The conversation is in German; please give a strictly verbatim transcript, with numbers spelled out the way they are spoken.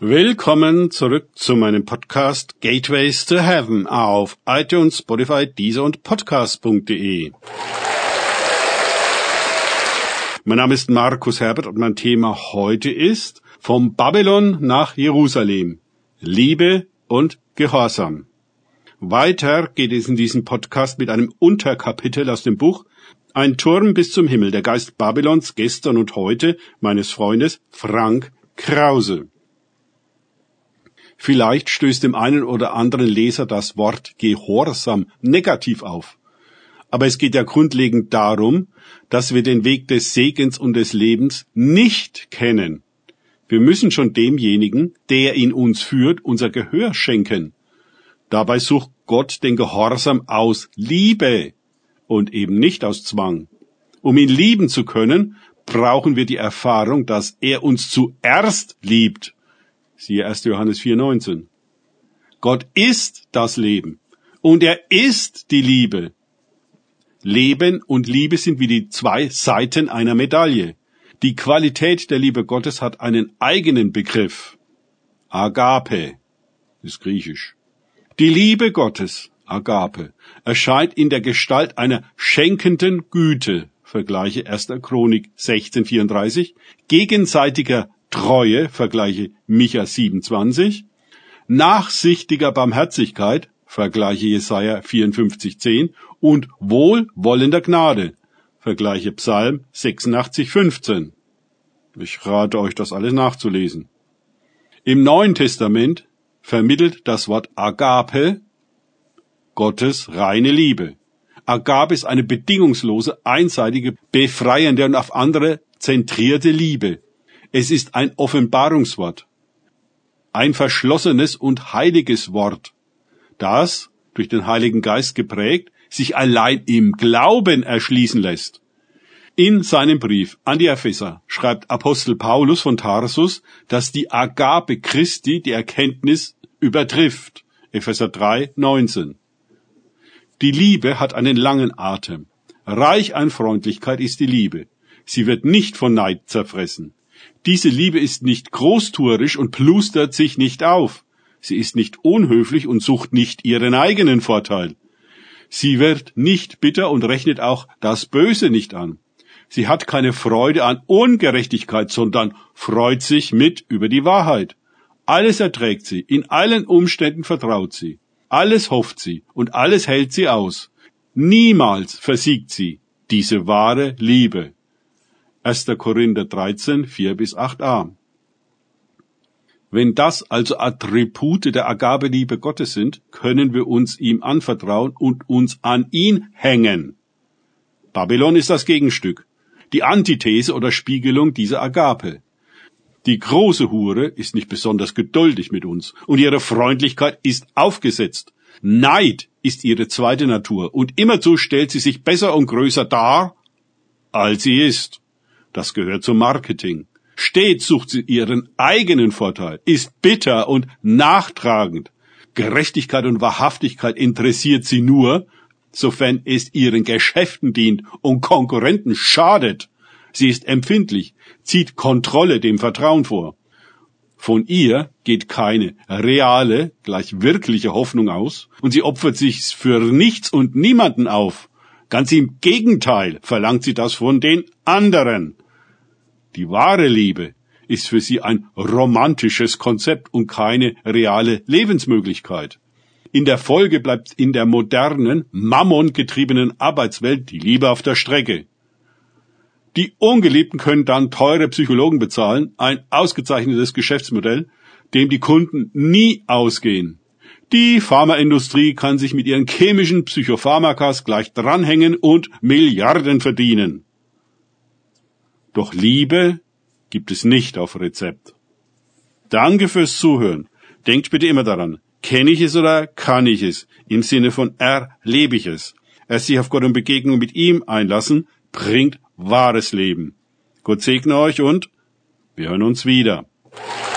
Willkommen zurück zu meinem Podcast Gateways to Heaven auf iTunes, Spotify, Deezer und Podcast punkt de. Mein Name ist Markus Herbert und mein Thema heute ist vom Babylon nach Jerusalem. Liebe und Gehorsam. Weiter geht es in diesem Podcast mit einem Unterkapitel aus dem Buch Ein Turm bis zum Himmel, der Geist Babylons gestern und heute meines Freundes Frank Krause. Vielleicht stößt dem einen oder anderen Leser das Wort Gehorsam negativ auf. Aber es geht ja grundlegend darum, dass wir den Weg des Segens und des Lebens nicht kennen. Wir müssen schon demjenigen, der in uns führt, unser Gehör schenken. Dabei sucht Gott den Gehorsam aus Liebe und eben nicht aus Zwang. Um ihn lieben zu können, brauchen wir die Erfahrung, dass er uns zuerst liebt. Siehe erster Johannes vier neunzehn. Gott ist das Leben und er ist die Liebe. Leben und Liebe sind wie die zwei Seiten einer Medaille. Die Qualität der Liebe Gottes hat einen eigenen Begriff. Agape, das ist griechisch. Die Liebe Gottes, Agape, erscheint in der Gestalt einer schenkenden Güte, vergleiche erster Chronik sechzehn vierunddreißig, gegenseitiger Treue, vergleiche Micha sieben zwanzig, nachsichtiger Barmherzigkeit, vergleiche Jesaja vierundfünfzig zehn und wohlwollender Gnade, vergleiche Psalm sechsundachtzig fünfzehn. Ich rate euch, das alles nachzulesen. Im Neuen Testament vermittelt das Wort Agape Gottes reine Liebe. Agape ist eine bedingungslose, einseitige, befreiende und auf andere zentrierte Liebe. Es ist ein Offenbarungswort, ein verschlossenes und heiliges Wort, das, durch den Heiligen Geist geprägt, sich allein im Glauben erschließen lässt. In seinem Brief an die Epheser schreibt Apostel Paulus von Tarsus, dass die Agape Christi die Erkenntnis übertrifft. Epheser drei neunzehn. Die Liebe hat einen langen Atem. Reich an Freundlichkeit ist die Liebe. Sie wird nicht von Neid zerfressen. Diese Liebe ist nicht großtuerisch und plustert sich nicht auf. Sie ist nicht unhöflich und sucht nicht ihren eigenen Vorteil. Sie wird nicht bitter und rechnet auch das Böse nicht an. Sie hat keine Freude an Ungerechtigkeit, sondern freut sich mit über die Wahrheit. Alles erträgt sie, in allen Umständen vertraut sie. Alles hofft sie und alles hält sie aus. Niemals versiegt sie, diese wahre Liebe. erster Korinther dreizehn, vier bis acht a. Wenn das also Attribute der Agape-Liebe Gottes sind, können wir uns ihm anvertrauen und uns an ihn hängen. Babylon ist das Gegenstück, die Antithese oder Spiegelung dieser Agape. Die große Hure ist nicht besonders geduldig mit uns und ihre Freundlichkeit ist aufgesetzt. Neid ist ihre zweite Natur und immerzu stellt sie sich besser und größer dar, als sie ist. Das gehört zum Marketing. Stets sucht sie ihren eigenen Vorteil, ist bitter und nachtragend. Gerechtigkeit und Wahrhaftigkeit interessiert sie nur, sofern es ihren Geschäften dient und Konkurrenten schadet. Sie ist empfindlich, zieht Kontrolle dem Vertrauen vor. Von ihr geht keine reale, gleich wirkliche Hoffnung aus und sie opfert sich für nichts und niemanden auf. Ganz im Gegenteil verlangt sie das von den anderen. Die wahre Liebe ist für sie ein romantisches Konzept und keine reale Lebensmöglichkeit. In der Folge bleibt in der modernen, mammongetriebenen Arbeitswelt die Liebe auf der Strecke. Die Ungeliebten können dann teure Psychologen bezahlen, ein ausgezeichnetes Geschäftsmodell, dem die Kunden nie ausgehen. Die Pharmaindustrie kann sich mit ihren chemischen Psychopharmakas gleich dranhängen und Milliarden verdienen. Doch Liebe gibt es nicht auf Rezept. Danke fürs Zuhören. Denkt bitte immer daran, kenne ich es oder kann ich es? Im Sinne von erlebe ich es. Erst sich auf Gott und Begegnung mit ihm einlassen, bringt wahres Leben. Gott segne euch und wir hören uns wieder.